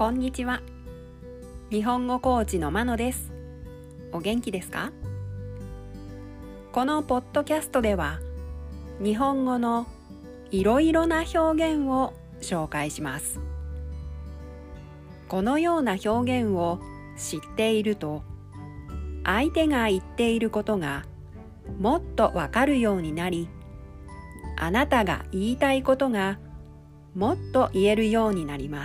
こんにちは。日本語コーチのまのです。お元気ですか？このポッドキャストでは日本語のいろいろな表現を紹介します。このような表現を知っていると、相手が言っていることがもっとわかるようになり、あなたが言いたいことがもっと言えるようになります。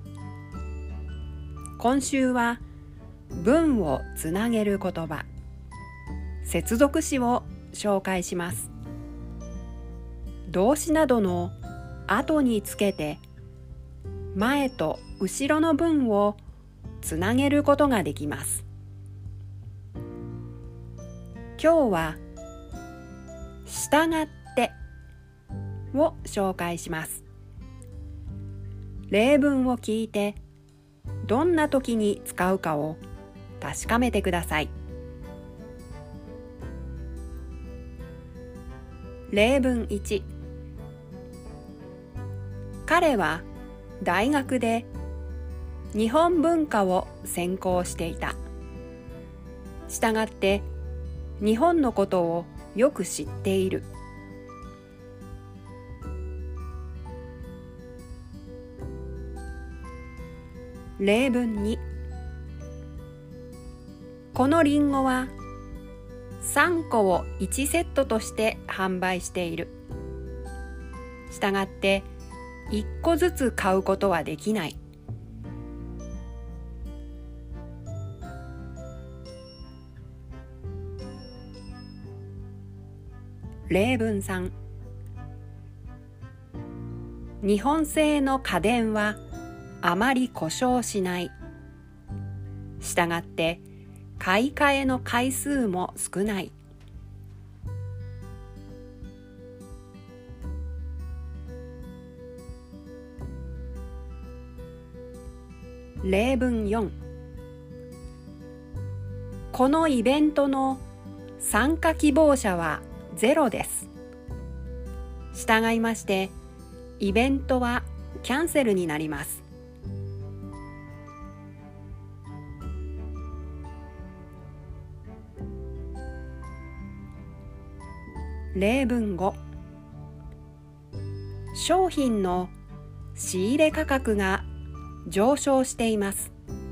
今週は文をつなげる言葉、接続詞を紹介します。動詞などの後につけて前と後ろの文をつなげることができます。今日は従ってを紹介します。例文を聞いてどんな時に使うかを確かめてください。例文1、彼は大学で日本文化を専攻していた。したがって日本のことをよく知っている。例文2、このリンゴは3個を1セットとして販売している。したがって1個ずつ買うことはできない。例文3、日本製の家電はあまり故障しない。したがって買い替えの回数も少ない。例文4、このイベントの参加希望者は0です。従いましてイベントはキャンセルになります。例文5、商品の仕入れ価格が上昇しています。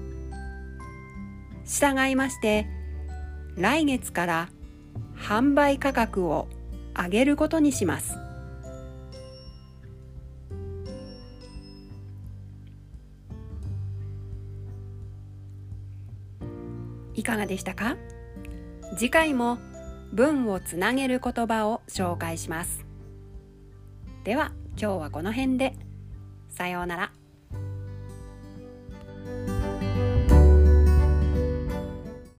従いまして来月から販売価格を上げることにします。いかがでしたか？次回も文をつなげる言葉を紹介します。では今日はこの辺で。さようなら。